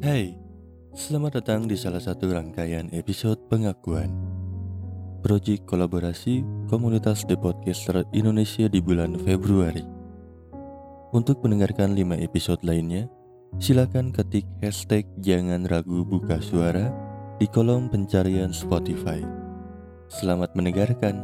Hai, selamat datang di salah satu rangkaian episode pengakuan Proyek kolaborasi Komunitas The Podcaster Indonesia di bulan Februari. Untuk mendengarkan 5 episode lainnya, silakan ketik hashtag jangan ragu buka suara di kolom pencarian Spotify. Selamat mendengarkan.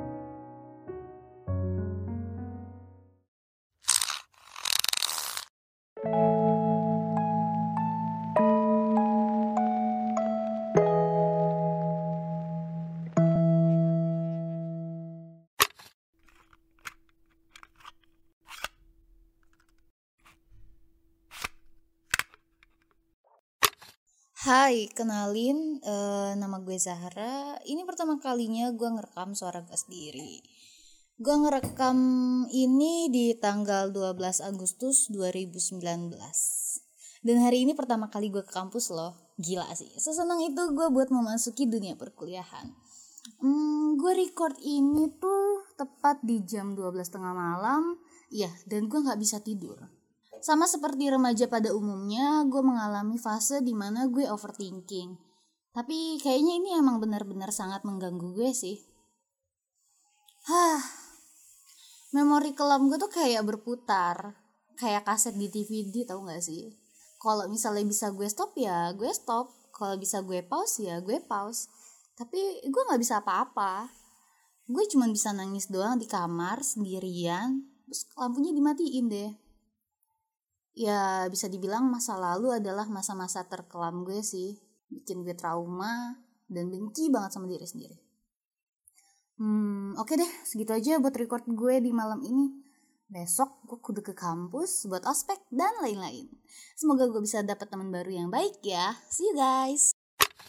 Hai, kenalin, nama gue Zahra. Ini pertama kalinya gue ngerekam suara gue sendiri. Gue ngerekam ini di tanggal 12 Agustus 2019. Dan hari ini pertama kali gue ke kampus loh. Gila sih, sesenang itu gue buat memasuki dunia perkuliahan. Gue record ini tuh tepat di jam 12.30 malam. Iya, dan gue gak bisa tidur. Sama seperti remaja pada umumnya, gue mengalami fase dimana gue overthinking. Tapi kayaknya ini emang benar-benar sangat mengganggu gue sih. Memori kelam gue tuh kayak berputar. Kayak kaset di DVD, tau gak sih? Kalau misalnya bisa gue stop ya gue stop. Kalau bisa gue pause ya gue pause. Tapi gue gak bisa apa-apa. Gue cuma bisa nangis doang di kamar sendirian. Terus lampunya dimatiin deh. Ya bisa dibilang masa lalu adalah masa-masa terkelam gue sih. Bikin gue trauma dan benci banget sama diri sendiri. Oke deh, segitu aja buat record gue di malam ini. Besok gue kudu ke kampus buat ospek dan lain-lain. Semoga gue bisa dapat teman baru yang baik ya. See you guys.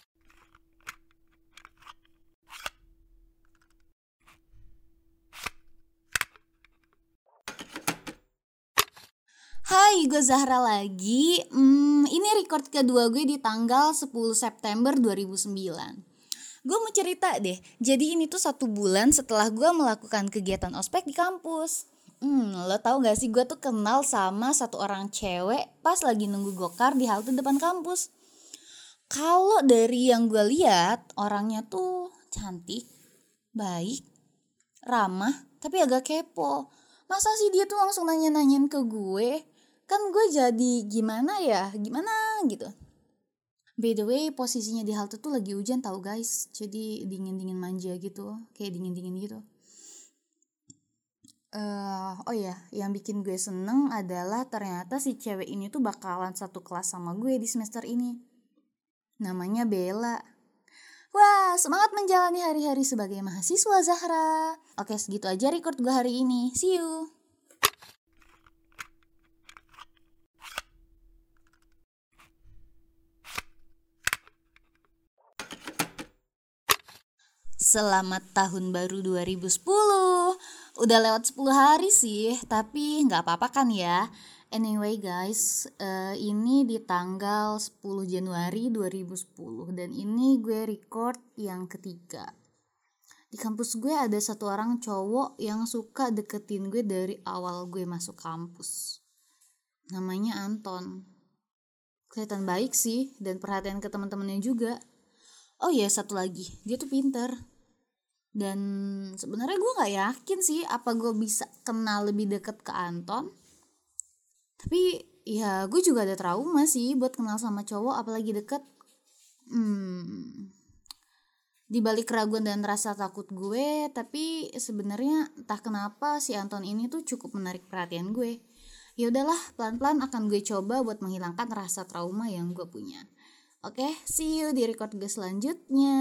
Hai, gue Zahra lagi. Ini record kedua gue di tanggal 10 September 2009. Gue mau cerita deh. Jadi ini tuh 1 bulan setelah gue melakukan kegiatan ospek di kampus. Lo tau gak sih, gue tuh kenal sama 1 orang cewek pas lagi nunggu gokar di halte depan kampus. Kalau dari yang gue lihat, orangnya tuh cantik, baik, ramah, tapi agak kepo. Masa sih dia tuh langsung nanya-nanyain ke gue? Kan gue jadi gimana gitu. By the way, posisinya di halte tuh lagi hujan tau guys. Jadi dingin-dingin manja gitu. Kayak dingin-dingin gitu. Oh iya, yang bikin gue seneng adalah ternyata si cewek ini tuh bakalan satu kelas sama gue di semester ini. Namanya Bella. Wah, semangat menjalani hari-hari sebagai mahasiswa Zahra. Oke, segitu aja record gue hari ini. See you. Selamat tahun baru 2010. Udah lewat 10 hari sih, tapi gak apa-apa kan ya. Anyway guys, ini di tanggal 10 Januari 2010. Dan ini gue record yang ketiga. Di kampus gue ada 1 orang cowok yang suka deketin gue dari awal gue masuk kampus. Namanya Anton. Kelihatan baik sih, dan perhatian ke teman-temannya juga. Oh iya, 1 lagi, dia tuh pinter. Dan sebenarnya gue gak yakin sih apa gue bisa kenal lebih deket ke Anton. Tapi ya gue juga ada trauma sih buat kenal sama cowok apalagi deket. Di balik keraguan dan rasa takut gue, tapi sebenarnya entah kenapa si Anton ini tuh cukup menarik perhatian gue. Ya udahlah, pelan-pelan akan gue coba buat menghilangkan rasa trauma yang gue punya. Oke, see you di record gue selanjutnya.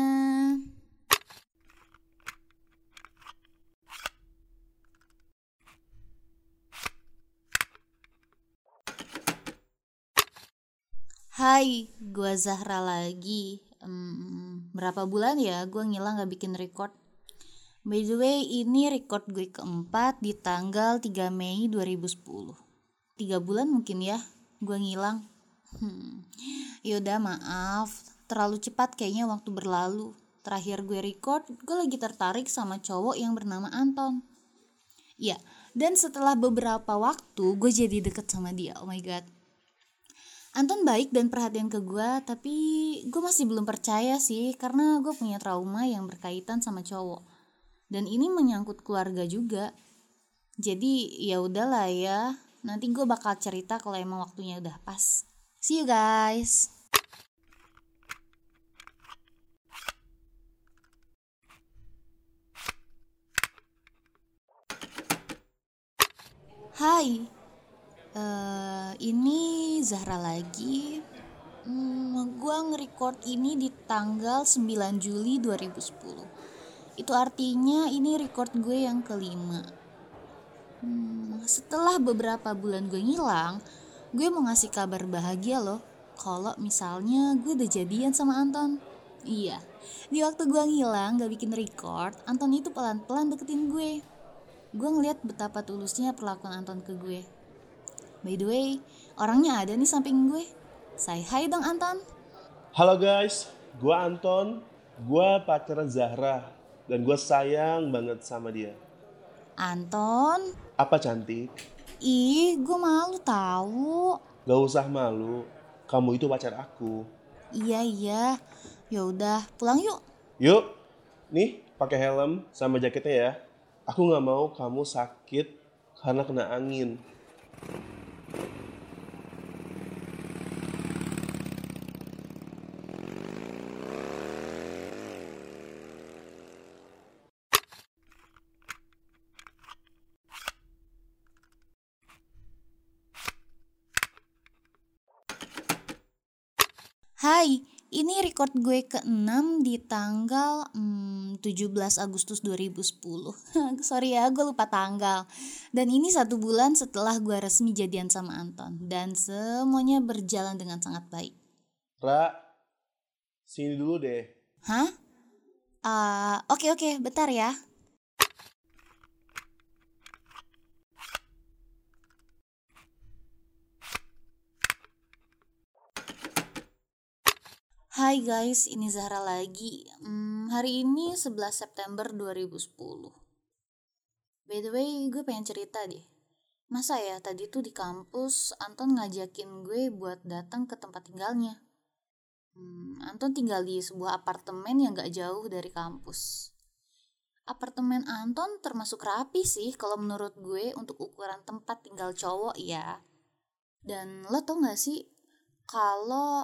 Hai, gue Zahra lagi. Berapa bulan ya gue ngilang gak bikin record. By the way, ini record gue keempat di tanggal 3 Mei 2010. 3 bulan mungkin ya gue ngilang. Yaudah maaf, terlalu cepat kayaknya waktu berlalu. Terakhir gue record, gue lagi tertarik sama cowok yang bernama Anton. Ya, dan setelah beberapa waktu gue jadi deket sama dia. Oh my god. Anton baik dan perhatian ke gue, tapi gue masih belum percaya sih karena gue punya trauma yang berkaitan sama cowok. Dan ini menyangkut keluarga juga. Jadi ya udahlah ya, nanti gue bakal cerita kalau emang waktunya udah pas. See you guys. Hai, ini Zahra lagi. Gue nge-record ini di tanggal 9 Juli 2010. Itu artinya ini record gue yang kelima. Setelah beberapa bulan gue ngilang, gue mau ngasih kabar bahagia loh. Kalau misalnya gue udah jadian sama Anton. Iya, di waktu gue ngilang gak bikin record, Anton itu pelan-pelan deketin gue. Gue ngeliat betapa tulusnya perlakuan Anton ke gue. By the way, orangnya ada nih samping gue. Say hi dong Anton. Halo guys, gue Anton, gue pacaran Zahra, dan gue sayang banget sama dia. Anton, Apa cantik? ih gue malu tahu. Gak usah malu, kamu itu pacar aku. Iya, yaudah pulang yuk. Yuk, nih pakai helm sama jaketnya ya. Aku gak mau kamu sakit karena kena angin. Hai, ini record gue ke-6 di tanggal 17 Agustus 2010. Sorry ya, gue lupa tanggal. Dan ini 1 bulan setelah gue resmi jadian sama Anton. Dan semuanya berjalan dengan sangat baik. Ra, sini dulu deh. Hah? Oke, bentar ya. Hai guys, ini Zahra lagi. Hari ini 11 September 2010. By the way, gue pengen cerita deh. Masa ya tadi tuh di kampus Anton ngajakin gue buat datang ke tempat tinggalnya. Anton tinggal di sebuah apartemen yang gak jauh dari kampus. Apartemen Anton termasuk rapi sih kalau menurut gue untuk ukuran tempat tinggal cowok ya. Dan lo tau gak sih kalau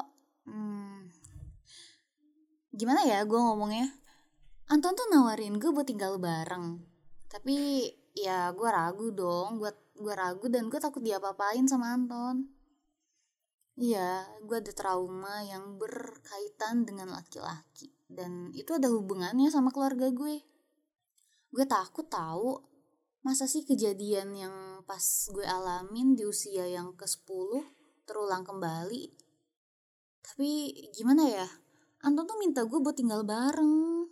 gimana ya gue ngomongnya, Anton tuh nawarin gue buat tinggal bareng. Tapi ya gue ragu dong, gue ragu dan gue takut diapa-apain sama Anton. Iya, gue ada trauma yang berkaitan dengan laki-laki. Dan itu ada hubungannya sama keluarga gue. Gue takut tahu, masa sih kejadian yang pas gue alamin di usia yang ke-10 terulang kembali. Tapi gimana ya, Anton tuh minta gue buat tinggal bareng.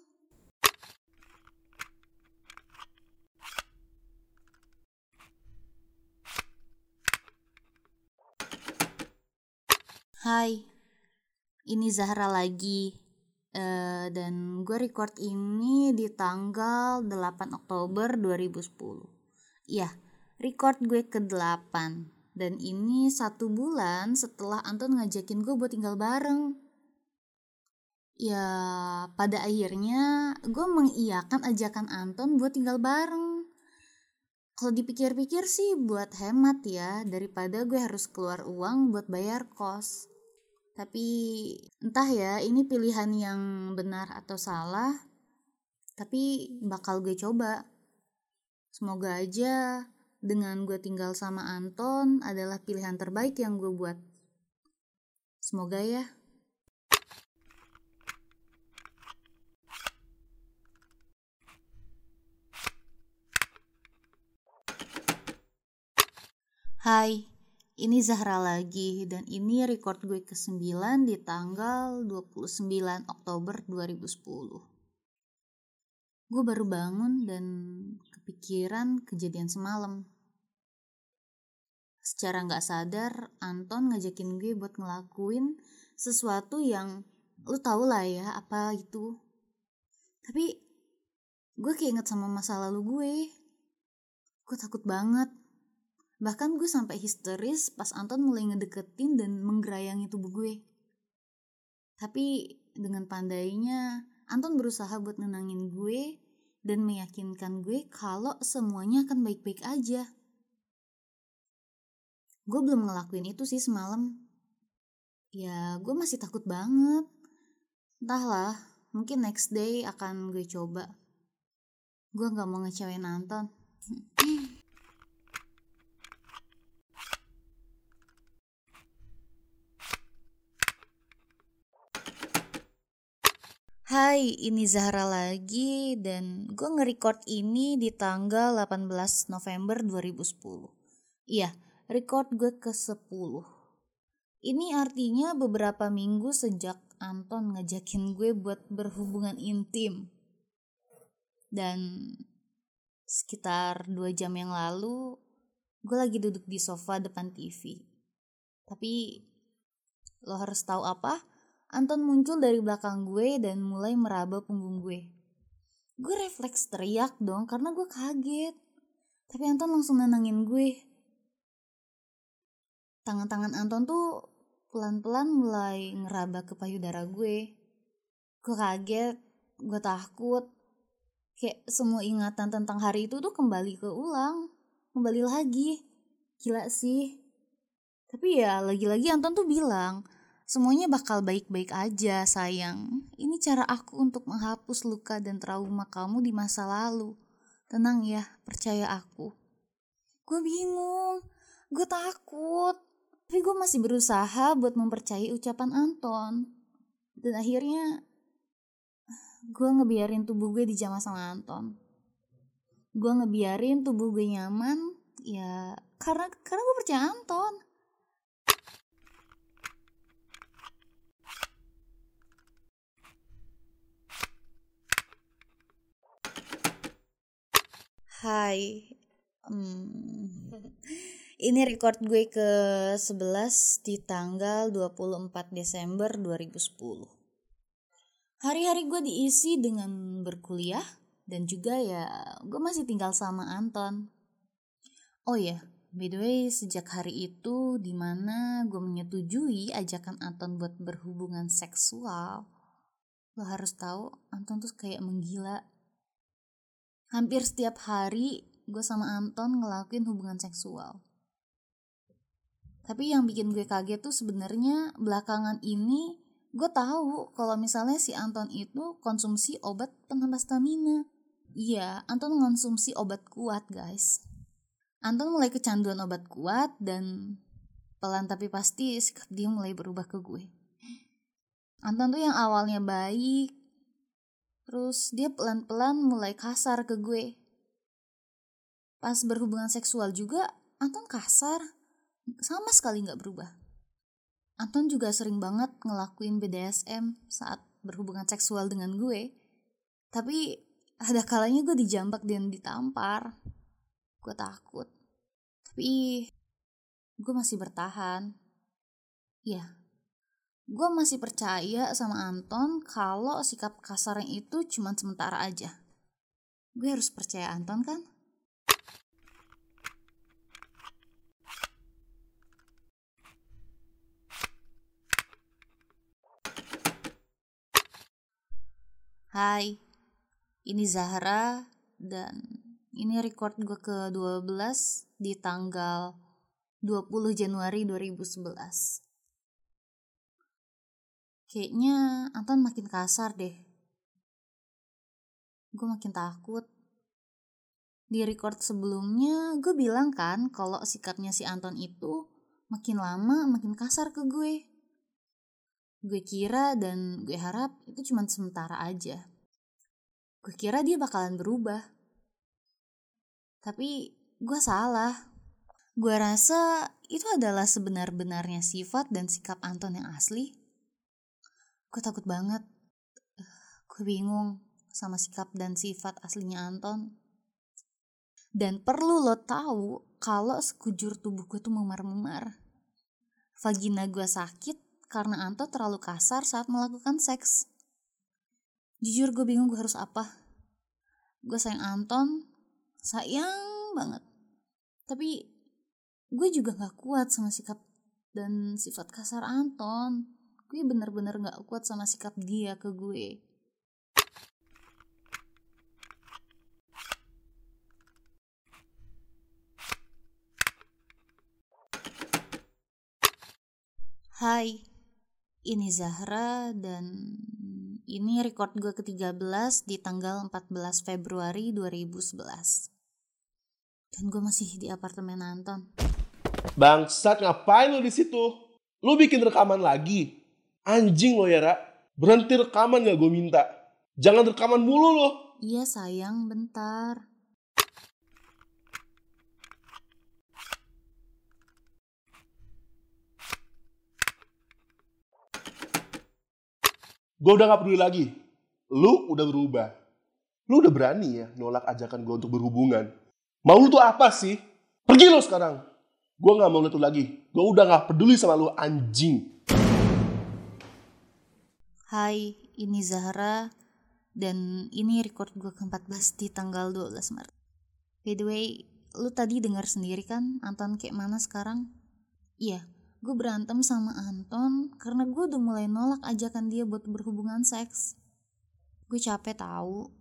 Hai, ini Zahra lagi. Dan gue record ini di tanggal 8 Oktober 2010. Iya, record gue ke-8. Dan ini 1 bulan setelah Anton ngajakin gue buat tinggal bareng. Ya, pada akhirnya gue mengiyakan ajakan Anton buat tinggal bareng. Kalau dipikir-pikir sih buat hemat ya, daripada gue harus keluar uang buat bayar kos. Tapi entah ya ini pilihan yang benar atau salah, tapi bakal gue coba. Semoga aja dengan gue tinggal sama Anton adalah pilihan terbaik yang gue buat. Semoga ya. Hai, ini Zahra lagi dan ini record gue ke-9 di tanggal 29 Oktober 2010. Gue baru bangun dan kepikiran kejadian semalam. Secara gak sadar, Anton ngajakin gue buat ngelakuin sesuatu yang lu tau lah ya apa itu. Tapi gue keinget sama masa lalu gue. Gue takut banget. Bahkan gue sampai histeris pas Anton mulai ngedeketin dan menggerayangi tubuh gue. Tapi dengan pandainya, Anton berusaha buat nenangin gue dan meyakinkan gue kalau semuanya akan baik-baik aja. Gue belum ngelakuin itu sih semalam. Ya, gue masih takut banget. Entahlah, mungkin next day akan gue coba. Gue gak mau ngecewain Anton. Hai, ini Zahra lagi dan gue nge-record ini di tanggal 18 November 2010. Iya, record gue ke-10. Ini artinya beberapa minggu sejak Anton ngajakin gue buat berhubungan intim. Dan sekitar 2 jam yang lalu, gue lagi duduk di sofa depan TV. Tapi lo harus tahu apa? Anton muncul dari belakang gue dan mulai meraba punggung gue. Gue refleks teriak dong karena gue kaget. Tapi Anton langsung nenangin gue. Tangan-tangan Anton tuh pelan-pelan mulai ngeraba ke payudara gue. Gue kaget, gue takut. Kayak semua ingatan tentang hari itu tuh kembali lagi. Gila sih. Tapi ya lagi-lagi Anton tuh bilang, semuanya bakal baik-baik aja sayang. Ini cara aku untuk menghapus luka dan trauma kamu di masa lalu. Tenang ya, percaya aku. Gue bingung, gue takut. Tapi gue masih berusaha buat mempercayai ucapan Anton. Dan akhirnya gue ngebiarin tubuh gue dijamah sama Anton. Gue ngebiarin tubuh gue nyaman, ya karena gue percaya Anton. Hai, ini record gue ke-11 di tanggal 24 Desember 2010. Hari-hari gue diisi dengan berkuliah dan juga ya gue masih tinggal sama Anton. Oh ya, by the way sejak hari itu dimana gue menyetujui ajakan Anton buat berhubungan seksual, lo harus tahu Anton tuh kayak menggila. Hampir setiap hari gue sama Anton ngelakuin hubungan seksual. Tapi yang bikin gue kaget tuh sebenarnya belakangan ini gue tahu kalau misalnya si Anton itu konsumsi obat penambah stamina. Iya, Anton konsumsi obat kuat guys. Anton mulai kecanduan obat kuat dan pelan tapi pasti sikap dia mulai berubah ke gue. Anton tuh yang awalnya baik, terus dia pelan-pelan mulai kasar ke gue. Pas berhubungan seksual juga, Anton kasar. Sama sekali gak berubah. Anton juga sering banget ngelakuin BDSM saat berhubungan seksual dengan gue. Tapi ada kalanya gue dijambak dan ditampar. Gue takut. Tapi gue masih bertahan. Ya, gue masih percaya sama Anton kalau sikap kasarnya itu cuma sementara aja. Gue harus percaya Anton kan? Hai, ini Zahra dan ini record gue ke-12 di tanggal 20 Januari 2011. Kayaknya Anton makin kasar deh. Gue makin takut. Di record sebelumnya gue bilang kan kalau sikapnya si Anton itu makin lama makin kasar ke gue. Gue kira dan gue harap itu cuma sementara aja. Gue kira dia bakalan berubah. Tapi gue salah. Gue rasa itu adalah sebenar-benarnya sifat dan sikap Anton yang asli. Gue takut banget. Gue bingung sama sikap dan sifat aslinya Anton. Dan perlu lo tahu kalau sekujur tubuh gue tuh memar-memar. Vagina gue sakit karena Anton terlalu kasar saat melakukan seks. Jujur gue bingung gue harus apa. Gue sayang Anton, sayang banget. Tapi Gue juga gak kuat sama sikap dan sifat kasar Anton. Gue bener-bener gak kuat sama sikap dia ke gue. Hai, ini Zahra dan ini record gue ke-13 di tanggal 14 Februari 2011. Dan gue masih di apartemen Anton. Bangsat, ngapain lo di situ? Lo bikin rekaman lagi? Anjing lo ya, Ra. Berhenti rekaman gak gue minta. Jangan rekaman mulu lo. Iya sayang, bentar. Gue udah gak peduli lagi. Lu udah berubah. Lu udah berani ya nolak ajakan gue untuk berhubungan. Mau lu tuh apa sih? Pergi lo sekarang. Gue gak mau liat lu lagi. Gue udah gak peduli sama lu, anjing. Hai, ini Zahra dan ini record gue ke-14 di tanggal 12 Maret. By the way, lu tadi dengar sendiri kan Anton kayak mana sekarang? Iya, gue berantem sama Anton karena gue udah mulai nolak ajakan dia buat berhubungan seks. Gue capek tahu.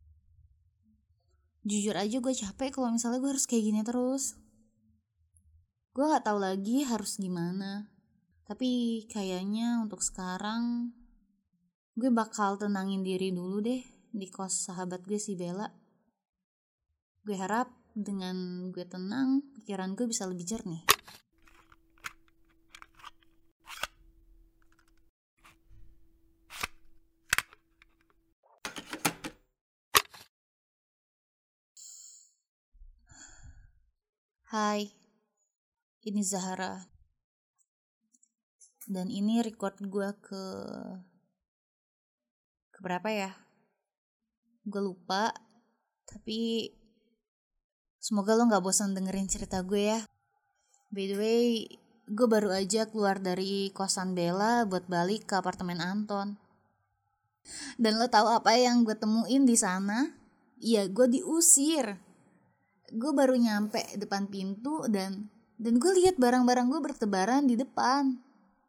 Jujur aja gue capek kalau misalnya gue harus kayak gini terus. Gue gak tahu lagi harus gimana. Tapi kayaknya untuk sekarang gue bakal tenangin diri dulu deh di kos sahabat gue si Bella. Gue harap dengan gue tenang, pikiran gue bisa lebih jernih. Hai, ini Zahra. Dan ini record gue ke berapa ya? Gue lupa. Tapi semoga lo gak bosan dengerin cerita gue ya. By the way, gue baru aja keluar dari kosan Bella buat balik ke apartemen Anton. Dan lo tahu apa yang gue temuin di sana? Iya, gue diusir. Gue baru nyampe depan pintu dan gue lihat barang-barang gue bertebaran di depan.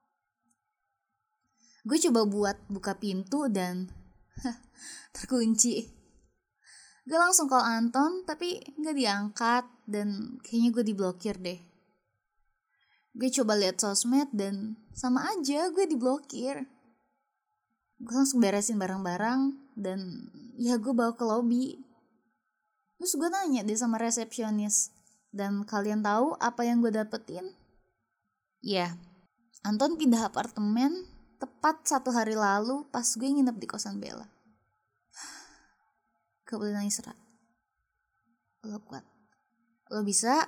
Gue coba buat buka pintu dan terkunci. Gue langsung call Anton tapi gak diangkat dan kayaknya gue diblokir deh. Gue coba lihat sosmed dan sama aja gue diblokir. Gue langsung beresin barang-barang dan ya gue bawa ke lobby. Terus gue nanya deh sama resepsionis, dan kalian tahu apa yang gue dapetin? Ya, Anton pindah apartemen tepat 1 hari lalu pas gue nginep di kosan Bella. Gak boleh nangis, Ra. Lo kuat. Lo bisa.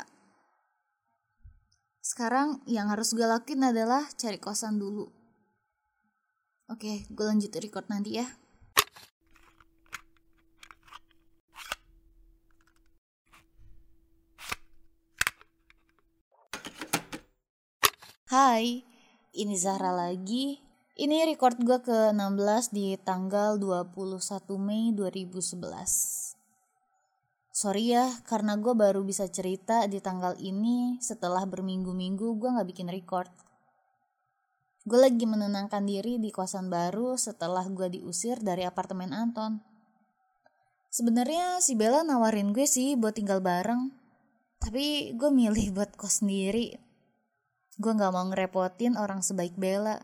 Sekarang yang harus gue lakuin adalah cari kosan dulu. Oke, gue lanjut record nanti ya. Hai, ini Zahra lagi. Ini record gue ke-16 di tanggal 21 Mei 2011. Sorry ya, karena gue baru bisa cerita di tanggal ini setelah berminggu-minggu gue gak bikin record. Gue lagi menenangkan diri di kosan baru setelah gue diusir dari apartemen Anton. Sebenarnya si Bella nawarin gue sih buat tinggal bareng, tapi gue milih buat kos sendiri. Gue gak mau ngerepotin orang sebaik Bella.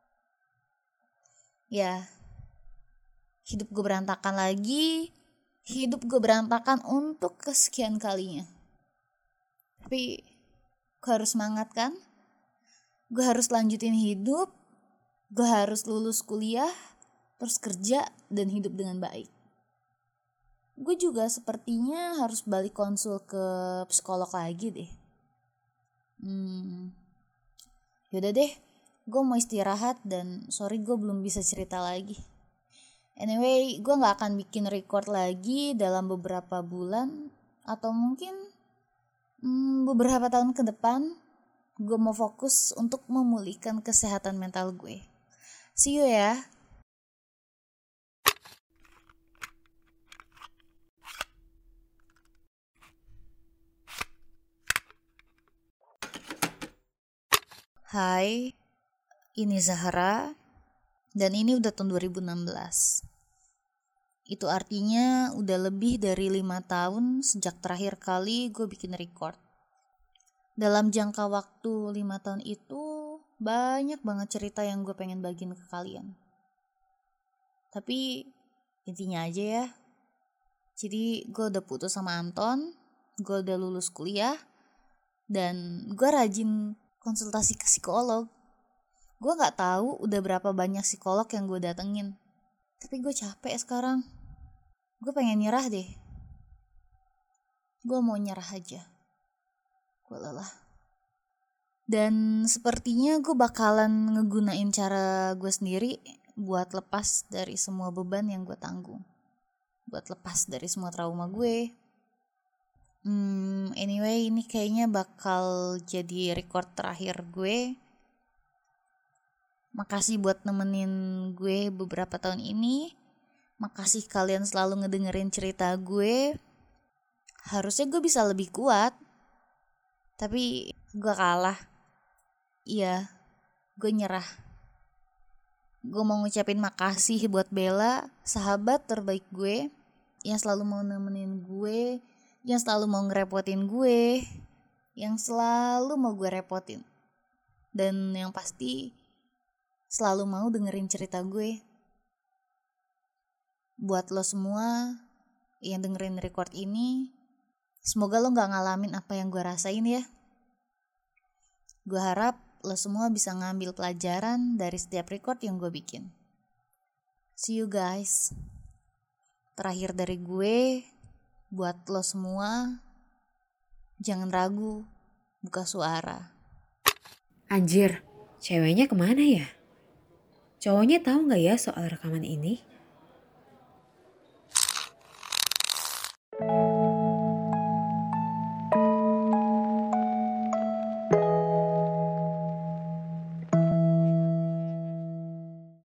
Ya, hidup gue berantakan lagi. Hidup gue berantakan untuk kesekian kalinya. Tapi gue harus semangat kan? Gue harus lanjutin hidup. Gue harus lulus kuliah, terus kerja dan hidup dengan baik. Gue juga sepertinya harus balik konsul ke psikolog lagi deh. Yaudah deh, gue mau istirahat dan sorry gue belum bisa cerita lagi. Anyway, gue gak akan bikin record lagi dalam beberapa bulan atau mungkin beberapa tahun ke depan. Gue mau fokus untuk memulihkan kesehatan mental gue. See you ya. Hai, ini Zahra, dan ini udah tahun 2016. Itu artinya udah lebih dari 5 tahun sejak terakhir kali gue bikin record. Dalam jangka waktu 5 tahun itu, banyak banget cerita yang gue pengen bagiin ke kalian. Tapi intinya aja ya, jadi gue udah putus sama Anton, gue udah lulus kuliah, dan gue rajin konsultasi ke psikolog. Gue gak tahu udah berapa banyak psikolog yang gue datengin. Tapi gue capek sekarang. Gue pengen nyerah deh. Gue mau nyerah aja. Gue lelah. Dan sepertinya gue bakalan ngegunain cara gue sendiri buat lepas dari semua beban yang gue tanggung. Buat lepas dari semua trauma gue. Anyway, ini kayaknya bakal jadi record terakhir gue. Makasih buat nemenin gue beberapa tahun ini. Makasih kalian selalu ngedengerin cerita gue. Harusnya gue bisa lebih kuat, tapi gue kalah. Iya, gue nyerah. Gue mau ngucapin makasih buat Bella, sahabat terbaik gue, yang selalu mau nemenin gue, yang selalu mau ngerepotin gue, yang selalu mau gue repotin, dan yang pasti selalu mau dengerin cerita gue. Buat lo semua yang dengerin record ini, semoga lo gak ngalamin apa yang gue rasain ya. Gue harap lo semua bisa ngambil pelajaran dari setiap record yang gue bikin. See you guys. Terakhir dari gue, buat lo semua, jangan ragu, buka suara. Anjir, ceweknya kemana ya? Cowoknya tahu nggak ya soal rekaman ini?